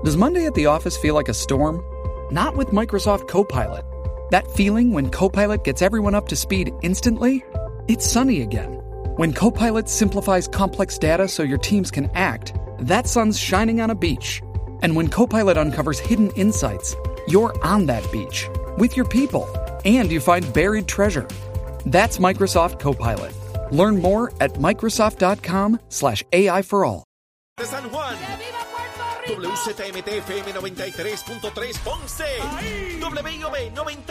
Does Monday at the office feel like a storm? Not with Microsoft Copilot. That feeling when Copilot gets everyone up to speed instantly? It's sunny again. When Copilot simplifies complex data so your teams can act, that sun's shining on a beach. And when Copilot uncovers hidden insights, you're on that beach with your people, and you find buried treasure. That's Microsoft Copilot. Learn more at Microsoft.com/AI for all. De San Juan, WZMT-FM 93.3 Ponce, WIOB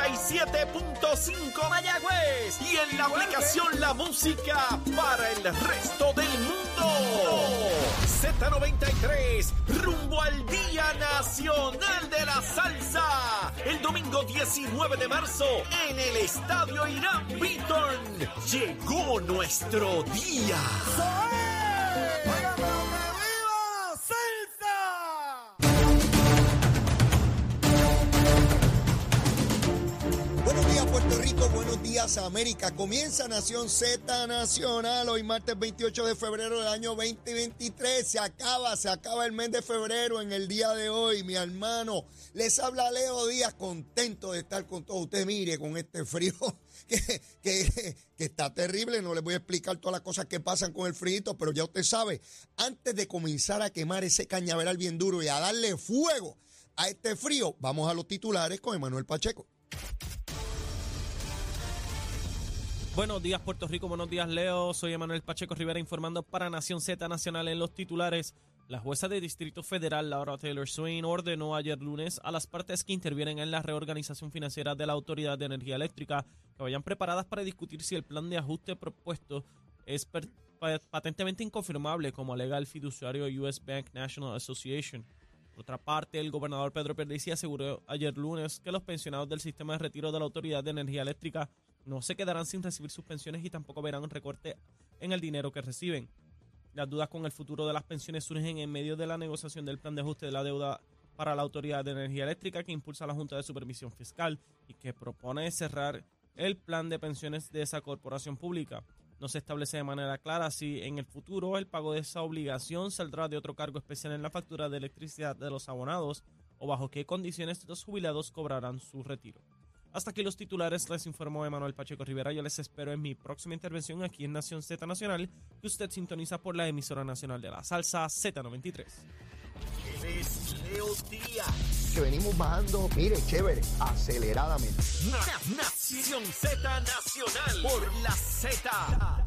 97.5 Mayagüez y en la aplicación La Música para el resto del mundo. Z93, rumbo al Día Nacional de la Salsa, el domingo 19 de marzo en el Estadio Irán Bithorn. Llegó nuestro día. Buenos días, Puerto Rico, buenos días, América. Comienza Nación Z Nacional, hoy martes 28 de febrero del año 2023. Se acaba el mes de febrero en el día de hoy, mi hermano. Les habla Leo Díaz, contento de estar con todos ustedes. Mire, con este frío que está terrible, no les voy a explicar todas las cosas que pasan con el frío, pero ya usted sabe, antes de comenzar a quemar ese cañaveral bien duro y a darle fuego a este frío, vamos a los titulares con Emanuel Pacheco. Buenos días, Puerto Rico. Buenos días, Leo. Soy Emanuel Pacheco Rivera informando para Nación Z Nacional en los titulares. La jueza de Distrito Federal, Laura Taylor Swain, ordenó ayer lunes a las partes que intervienen en la reorganización financiera de la Autoridad de Energía Eléctrica que vayan preparadas para discutir si el plan de ajuste propuesto es patentemente inconfirmable, como alega el fiduciario US Bank National Association. Por otra parte, el gobernador Pedro Pierluisi aseguró ayer lunes que los pensionados del sistema de retiro de la Autoridad de Energía Eléctrica no se quedarán sin recibir sus pensiones y tampoco verán un recorte en el dinero que reciben. Las dudas con el futuro de las pensiones surgen en medio de la negociación del plan de ajuste de la deuda para la Autoridad de Energía Eléctrica que impulsa la Junta de Supervisión Fiscal y que propone cerrar el plan de pensiones de esa corporación pública. No se establece de manera clara si en el futuro el pago de esa obligación saldrá de otro cargo especial en la factura de electricidad de los abonados o bajo qué condiciones los jubilados cobrarán su retiro. Hasta aquí los titulares, les informó Emanuel Pacheco Rivera. Yo les espero en mi próxima intervención aquí en Nación Z Nacional, que usted sintoniza por la emisora nacional de la salsa Z93. Él es Leo Díaz. Que venimos bajando, mire, chévere, aceleradamente. Nación Z Nacional por la Z.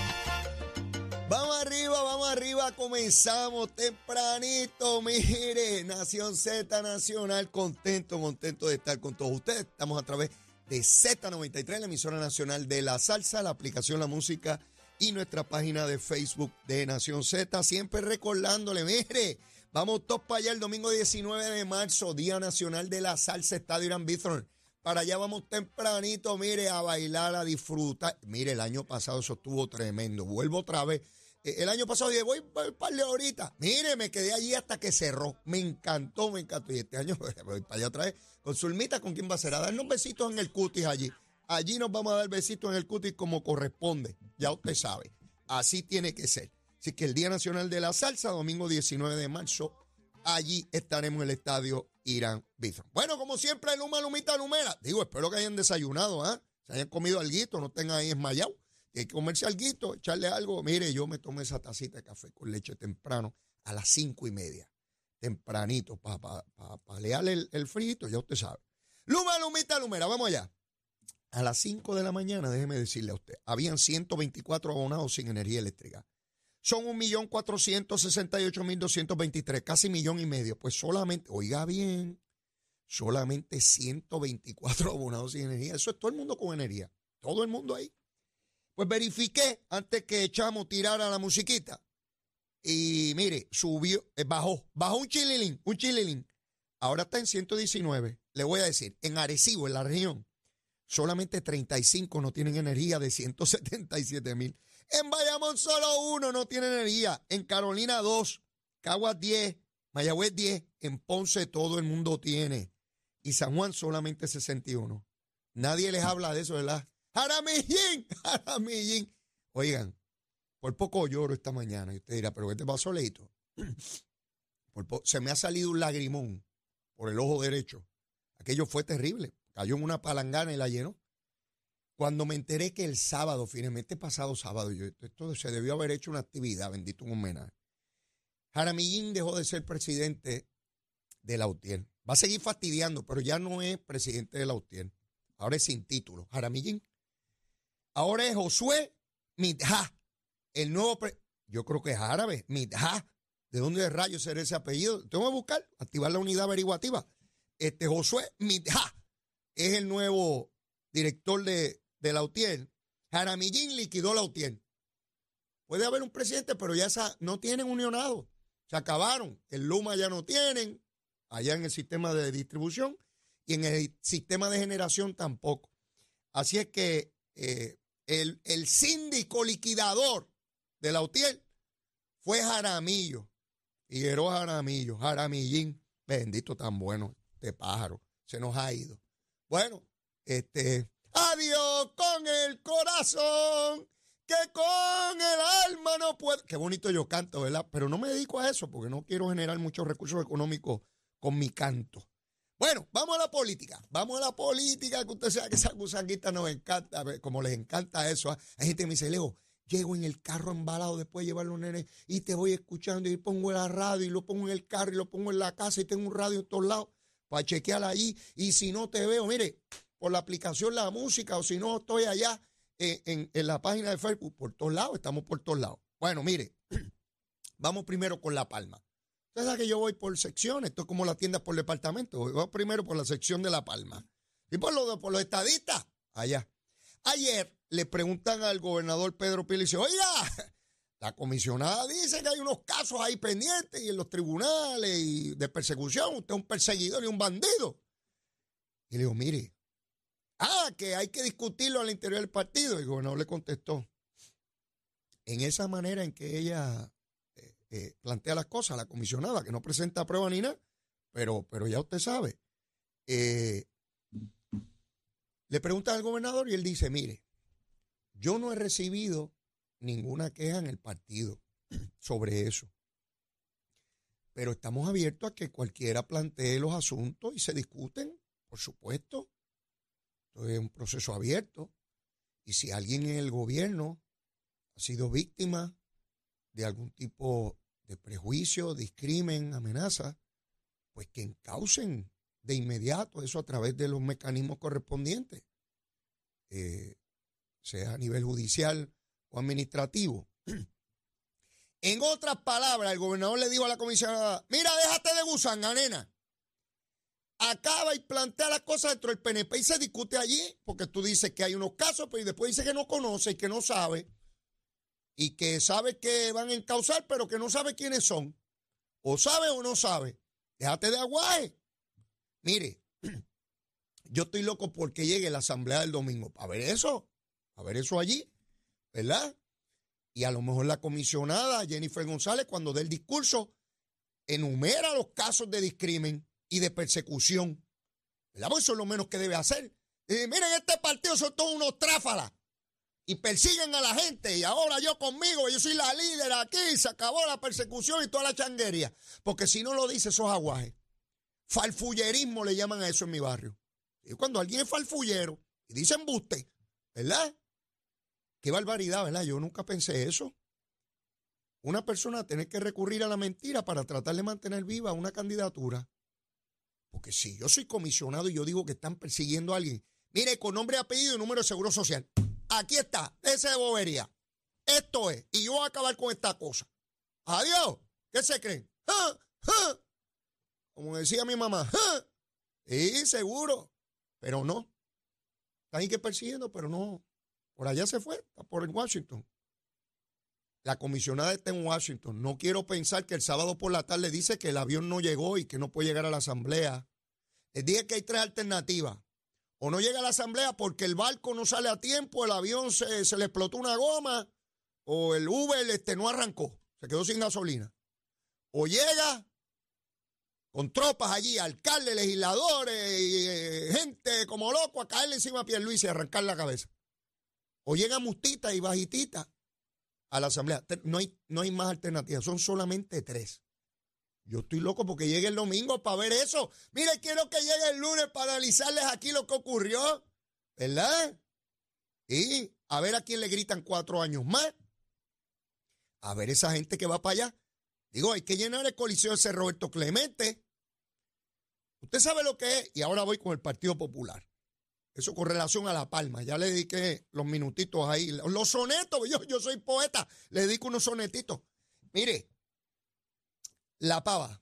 Vamos arriba, comenzamos tempranito, mire, Nación Z Nacional, contento de estar con todos ustedes. Estamos a través de Z93, la emisora nacional de la salsa, la aplicación La Música y nuestra página de Facebook de Nación Z, siempre recordándole, mire, vamos todos para allá el domingo 19 de marzo, Día Nacional de la Salsa, Estadio Irán Bithorn. Para allá vamos tempranito, mire, a bailar, a disfrutar. Mire, el año pasado eso estuvo tremendo. Vuelvo otra vez. El año pasado dije, voy un par de horitas. Mire, me quedé allí hasta que cerró. Me encantó. Y este año voy para allá otra vez. Con Zulmita, ¿con quién va a ser? A darnos besitos en el cutis allí. Allí nos vamos a dar besitos en el cutis como corresponde. Ya usted sabe. Así tiene que ser. Así que el Día Nacional de la Salsa, domingo 19 de marzo, allí estaremos en el Estadio Irán Bithorn. Bueno, como siempre, Lumita, Lumera. Digo, espero que hayan desayunado, se hayan comido alguito, no estén ahí esmayados. Hay que comerse alguito, echarle algo. Mire, yo me tomé esa tacita de café con leche temprano a las 5:30. Tempranito, para palear el frito, ya usted sabe. Lumita, Lumera, vamos allá. A las 5 de la mañana, déjeme decirle a usted, habían 124 abonados sin energía eléctrica. Son 1.468.223, casi 1,5 millones. Pues solamente, oiga bien, solamente 124 abonados sin energía. Eso es todo el mundo con energía. Todo el mundo ahí. Pues verifiqué antes que Chamo tirara la musiquita. Y mire, bajó un chililín. Ahora está en 119. Le voy a decir, en Arecibo, en la región, solamente 35 no tienen energía de 177,000. En Bayamón solo 1 no tiene energía. En Carolina 2, Caguas 10, Mayagüez 10. En Ponce todo el mundo tiene. Y San Juan solamente 61. Nadie les habla de eso, ¿verdad? ¡Jaramillín! Oigan, por poco lloro esta mañana. Y usted dirá, ¿pero qué te pasó, Leito? se me ha salido un lagrimón por el ojo derecho. Aquello fue terrible. Cayó en una palangana y la llenó. Cuando me enteré que el sábado, finalmente pasado sábado, esto se debió haber hecho una actividad, bendito un homenaje. Jaramillín dejó de ser presidente de la UTIER. Va a seguir fastidiando, pero ya no es presidente de la UTIER. Ahora es sin título. Jaramillín. Ahora es Josué Mitja, el nuevo yo creo que es árabe, Mitja. ¿De dónde de rayos será ese apellido? Tengo que buscar, activar la unidad averiguativa. Josué Mitja es el nuevo director de la UTIER. Jaramillín liquidó la UTIER. Puede haber un presidente, pero ya no tienen unionados. Se acabaron. El Luma ya no tienen, allá en el sistema de distribución, y en el sistema de generación tampoco. Así es que el síndico liquidador de la UTIER fue Jaramillo. Figueroa Jaramillo, Jaramillín. Bendito, tan bueno este pájaro. Se nos ha ido. Bueno, adiós con el corazón, que con el alma no puedo. Qué bonito yo canto, ¿verdad? Pero no me dedico a eso porque no quiero generar muchos recursos económicos con mi canto. Bueno, vamos a la política. Vamos a la política, que usted sabe que esa gusanguita nos encanta, como les encanta eso. ¿Eh? Hay gente que me dice, Leo, llego en el carro embalado después de llevar los nenes y te voy escuchando y pongo la radio y lo pongo en el carro y lo pongo en la casa y tengo un radio en todos lados para chequear allí. Y si no te veo, mire, por la aplicación La Música, o si no estoy allá en la página de Facebook, por todos lados, estamos por todos lados. Bueno, mire, vamos primero con La Palma. Usted sabe que yo voy por secciones, esto es como la tienda por departamento. Voy primero por la sección de La Palma. Y por los estadistas, allá. Ayer le preguntan al gobernador Pedro Pérez y dice, oiga, la comisionada dice que hay unos casos ahí pendientes y en los tribunales y de persecución. Usted es un perseguidor y un bandido. Y le digo, mire, que hay que discutirlo al interior del partido. Y el gobernador le contestó, en esa manera en que ella plantea las cosas, la comisionada, que no presenta prueba ni nada, pero ya usted sabe. Le preguntan al gobernador y él dice, mire, yo no he recibido ninguna queja en el partido sobre eso, pero estamos abiertos a que cualquiera plantee los asuntos y se discuten, por supuesto. Esto es un proceso abierto. Y si alguien en el gobierno ha sido víctima de algún tipo de prejuicio, discrimen, amenaza, pues que encaucen de inmediato eso a través de los mecanismos correspondientes, sea a nivel judicial o administrativo. En otras palabras, el gobernador le dijo a la comisionada, mira, déjate de gusanga, nena. Acaba y plantea las cosas dentro del PNP y se discute allí, porque tú dices que hay unos casos, pero después dice que no conoce y que no sabe, y que sabe que van a encauzar, pero que no sabe quiénes son. O sabe o no sabe. Déjate de aguaje. Mire, yo estoy loco porque llegue la asamblea del domingo para ver eso allí, ¿verdad? Y a lo mejor la comisionada Jennifer González, cuando dé el discurso, enumera los casos de discrimen y de persecución, ¿verdad? Pues eso es lo menos que debe hacer. Miren, este partido son todos unos tráfalas y persiguen a la gente y ahora yo conmigo, yo soy la líder aquí, se acabó la persecución y toda la changuería. Porque si no lo dice, esos aguajes. Farfullerismo le llaman a eso en mi barrio. Y cuando alguien es farfullero y dice embuste, ¿verdad? Qué barbaridad, ¿verdad? Yo nunca pensé eso. Una persona tener que recurrir a la mentira para tratar de mantener viva una candidatura. Porque si yo soy comisionado y yo digo que están persiguiendo a alguien, mire, con nombre, apellido y número de seguro social. Aquí está, esa de bobería. Esto es, y yo voy a acabar con esta cosa. Adiós. ¿Qué se creen? ¡Ja! ¡Ja! Como decía mi mamá, ¡ja! Sí, seguro, pero no. Están ahí que persiguiendo, pero no. Por allá se fue, está por Washington. La comisionada está en Washington. No quiero pensar que el sábado por la tarde dice que el avión no llegó y que no puede llegar a la asamblea. Les dije que hay tres alternativas. O no llega a la asamblea porque el barco no sale a tiempo, el avión se le explotó una goma, o el Uber no arrancó, se quedó sin gasolina. O llega con tropas allí, alcaldes, legisladores, y, gente como loco a caerle encima a Pierluisi y arrancar la cabeza. O llega mustita y bajitita a la asamblea. No hay más alternativas, son solamente tres. Yo estoy loco porque llegue el domingo para ver eso. Mire, quiero que llegue el lunes para analizarles aquí lo que ocurrió, ¿verdad? Y a ver a quién le gritan 4 años más. A ver esa gente que va para allá. Digo, hay que llenar el coliseo ese Roberto Clemente. Usted sabe lo que es. Y ahora voy con el Partido Popular. Eso con relación a La Palma. Ya le dediqué los minutitos ahí. Los sonetos. Yo soy poeta. Le dedico unos sonetitos. Mire, La Pava.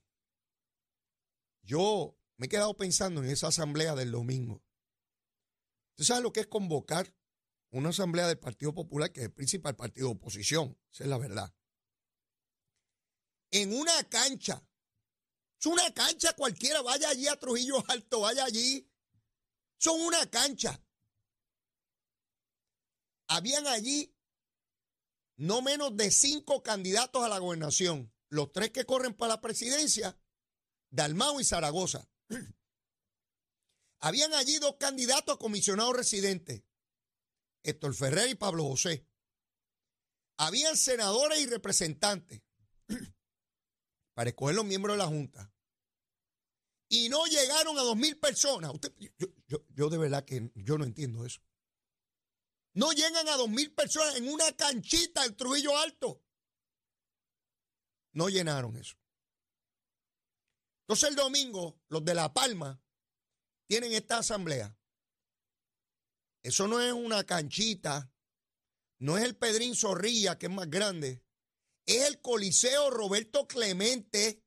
Yo me he quedado pensando en esa asamblea del domingo. ¿Usted sabe lo que es convocar una asamblea del Partido Popular, que es el principal partido de oposición? Esa es la verdad. En una cancha. Es una cancha cualquiera. Vaya allí a Trujillo Alto, vaya allí. Son una cancha. Habían allí no menos de 5 candidatos a la gobernación. Los 3 que corren para la presidencia, Dalmau y Zaragoza. Habían allí 2 candidatos a comisionados residentes, Héctor Ferrer y Pablo José. Habían senadores y representantes para escoger los miembros de la Junta. Y no llegaron a 2,000 personas. Yo de verdad que yo no entiendo eso. No llegan a 2,000 personas en una canchita en Trujillo Alto. No llenaron eso. Entonces el domingo, los de La Palma tienen esta asamblea. Eso no es una canchita, no es el Pedrín Zorrilla, que es más grande, es el Coliseo Roberto Clemente.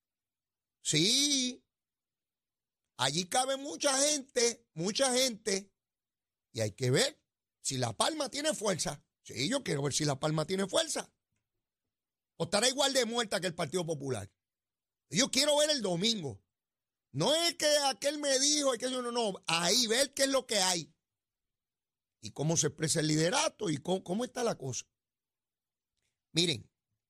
Sí, allí cabe mucha gente, y hay que ver si La Palma tiene fuerza. Sí, yo quiero ver si La Palma tiene fuerza. O estará igual de muerta que el Partido Popular. Yo quiero ver el domingo. No es que aquel me dijo, que yo no, ahí ver qué es lo que hay. Y cómo se expresa el liderato y cómo está la cosa. Miren,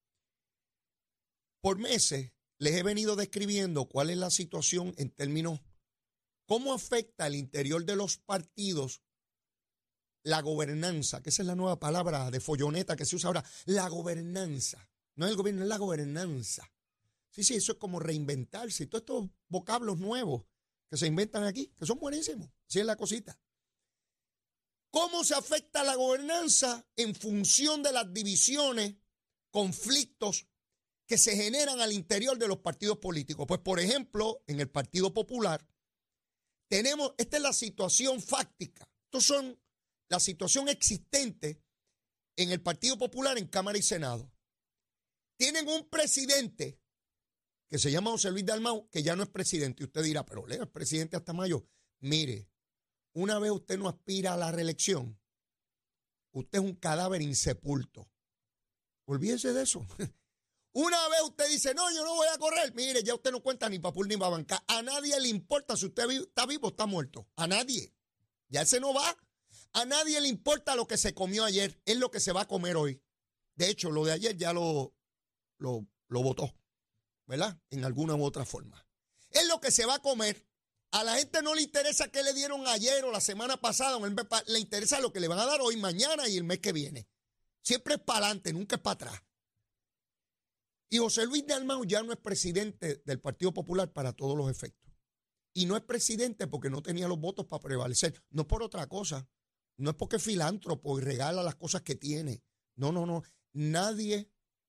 por meses les he venido describiendo cuál es la situación en términos, cómo afecta al interior de los partidos la gobernanza, que esa es la nueva palabra de folloneta que se usa ahora, la gobernanza. No es el gobierno, es la gobernanza. Sí, eso es como reinventarse. Y todos estos vocablos nuevos que se inventan aquí, que son buenísimos. Así es la cosita. ¿Cómo se afecta la gobernanza en función de las divisiones, conflictos que se generan al interior de los partidos políticos? Pues, por ejemplo, en el Partido Popular, esta es la situación fáctica. Estos son la situación existente en el Partido Popular en Cámara y Senado. Tienen un presidente que se llama José Luis Dalmau, que ya no es presidente. Y usted dirá, pero Leo es presidente hasta mayo. Mire, una vez usted no aspira a la reelección, usted es un cadáver insepulto. Olvídese de eso. Una vez usted dice, no, yo no voy a correr. Mire, ya usted no cuenta ni para pool ni para bancar. A nadie le importa si usted está vivo o está muerto. A nadie. Ya ese no va. A nadie le importa lo que se comió ayer. Es lo que se va a comer hoy. De hecho, lo de ayer ya lo votó, ¿verdad? En alguna u otra forma. Es lo que se va a comer. A la gente no le interesa qué le dieron ayer o la semana pasada. Le interesa lo que le van a dar hoy, mañana y el mes que viene. Siempre es para adelante, nunca es para atrás. Y José Luis Dalmau ya no es presidente del Partido Popular para todos los efectos. Y no es presidente porque no tenía los votos para prevalecer. No por otra cosa. No es porque es filántropo y regala las cosas que tiene. No. Nadie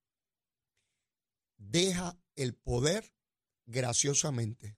deja el poder graciosamente.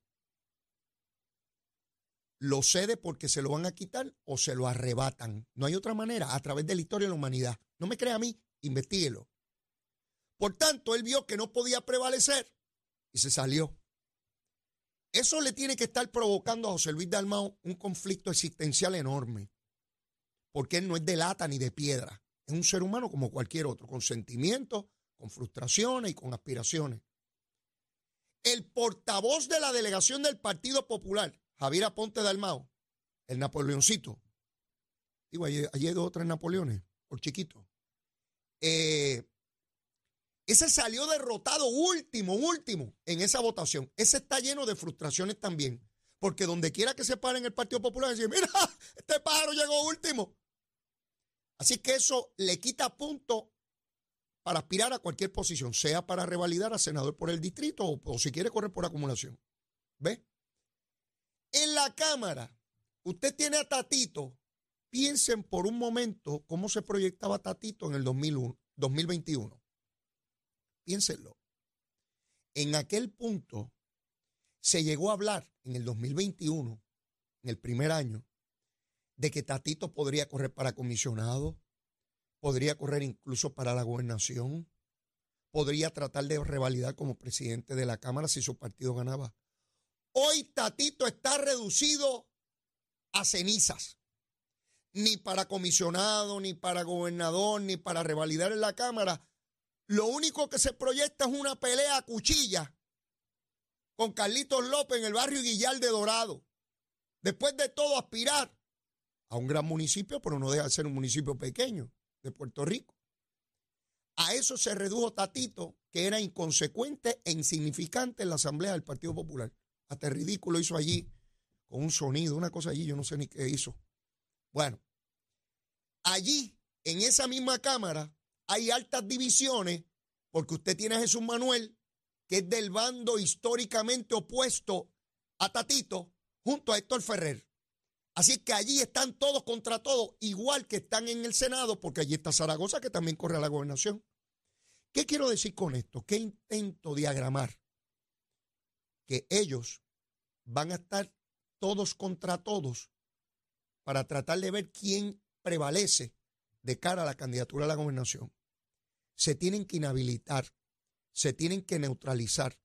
Lo cede porque se lo van a quitar o se lo arrebatan. No hay otra manera, a través de la historia de la humanidad. No me crea a mí, investíguelo. Por tanto, él vio que no podía prevalecer y se salió. Eso le tiene que estar provocando a José Luis Dalmau un conflicto existencial enorme. Porque él no es de lata ni de piedra. Es un ser humano como cualquier otro, con sentimientos, con frustraciones y con aspiraciones. El portavoz de la delegación del Partido Popular, Javier Aponte Dalmau, el Napoleoncito. Digo, allí hay 2 o 3 Napoleones, por chiquito. Ese salió derrotado último en esa votación. Ese está lleno de frustraciones también. Porque donde quiera que se pare en el Partido Popular, dicen, mira, este pájaro llegó último. Así que eso le quita punto para aspirar a cualquier posición, sea para revalidar a senador por el distrito o si quiere correr por acumulación. ¿Ve? En la Cámara, usted tiene a Tatito. Piensen por un momento cómo se proyectaba Tatito en el 2021. Piénsenlo. En aquel punto se llegó a hablar en el 2021, en el primer año, de que Tatito podría correr para comisionado, podría correr incluso para la gobernación, podría tratar de revalidar como presidente de la Cámara si su partido ganaba. Hoy Tatito está reducido a cenizas. Ni para comisionado, ni para gobernador, ni para revalidar en la Cámara. Lo único que se proyecta es una pelea a cuchilla con Carlitos López en el barrio Guillar de Dorado. Después de todo, aspirar a un gran municipio, pero no deja de ser un municipio pequeño de Puerto Rico. A eso se redujo Tatito, que era inconsecuente e insignificante en la Asamblea del Partido Popular. Hasta ridículo hizo allí con un sonido, una cosa allí, yo no sé ni qué hizo. Bueno, allí, en esa misma Cámara, hay altas divisiones porque usted tiene a Jesús Manuel, que es del bando históricamente opuesto a Tatito, junto a Héctor Ferrer. Así que allí están todos contra todos, igual que están en el Senado, porque allí está Zaragoza, que también corre a la gobernación. ¿Qué quiero decir con esto? ¿Qué intento diagramar? Que ellos van a estar todos contra todos para tratar de ver quién prevalece de cara a la candidatura a la gobernación. Se tienen que inhabilitar, se tienen que neutralizar.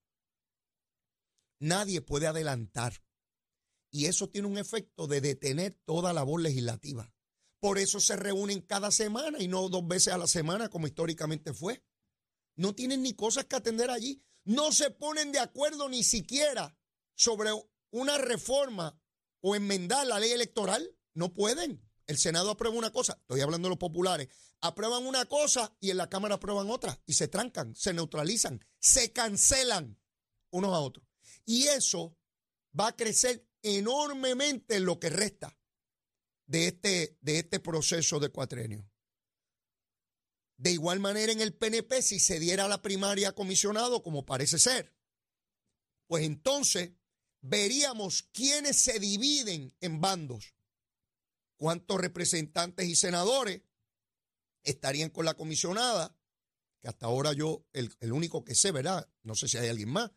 Nadie puede adelantar. Y eso tiene un efecto de detener toda labor legislativa. Por eso se reúnen cada semana y no 2 veces a la semana como históricamente fue. No tienen ni cosas que atender allí. No se ponen de acuerdo ni siquiera sobre una reforma o enmendar la ley electoral. No pueden. El Senado aprueba una cosa, estoy hablando de los populares, aprueban una cosa y en la Cámara aprueban otra y se trancan, se neutralizan, se cancelan unos a otros. Y eso va a crecer enormemente en lo que resta de este proceso de cuatrenio. De igual manera en el PNP, si se diera la primaria a comisionado, como parece ser, pues entonces veríamos quiénes se dividen en bandos. ¿Cuántos representantes y senadores estarían con la comisionada? Que hasta ahora yo, el único que sé, ¿verdad? No sé si hay alguien más.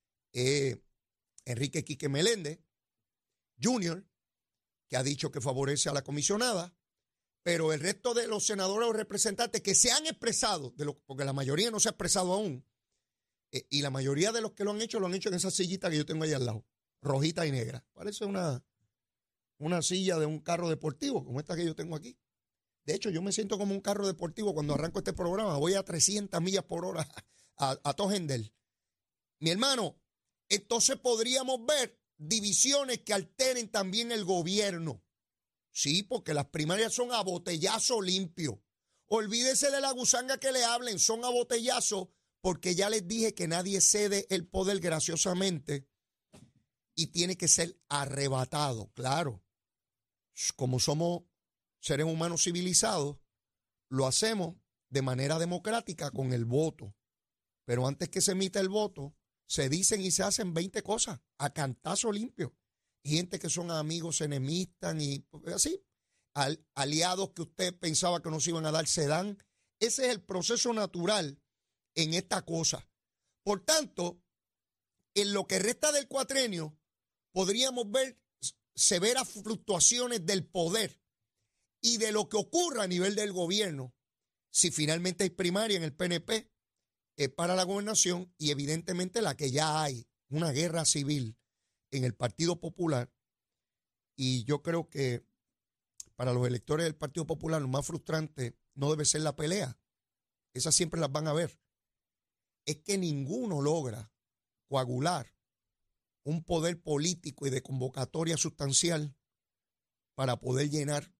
Enrique Quique Meléndez Jr., que ha dicho que favorece a la comisionada, pero el resto de los senadores o representantes que se han expresado, porque la mayoría no se ha expresado aún, y la mayoría de los que lo han hecho en esa sillita que yo tengo ahí al lado, rojita y negra. Parece una silla de un carro deportivo, como esta que yo tengo aquí. De hecho, yo me siento como un carro deportivo cuando arranco este programa. Voy a 300 millas por hora a Tojendel. Mi hermano, entonces podríamos ver divisiones que alteren también el gobierno. Sí, porque las primarias son a botellazo limpio. Olvídese de la gusanga que le hablen, son a botellazo, porque ya les dije que nadie cede el poder graciosamente y tiene que ser arrebatado, claro. Como somos seres humanos civilizados, lo hacemos de manera democrática con el voto. Pero antes que se emita el voto, se dicen y se hacen 20 cosas a cantazo limpio. Y gente que son amigos, se enemistan y así. Aliados que usted pensaba que no se iban a dar, se dan. Ese es el proceso natural en esta cosa. Por tanto, en lo que resta del cuatrenio, podríamos ver severas fluctuaciones del poder y de lo que ocurra a nivel del gobierno si finalmente hay primaria en el PNP para la gobernación y evidentemente la que ya hay, una guerra civil en el Partido Popular. Y yo creo que para los electores del Partido Popular lo más frustrante no debe ser la pelea. Esas siempre las van a ver. Es que ninguno logra coagular un poder político y de convocatoria sustancial para poder llenar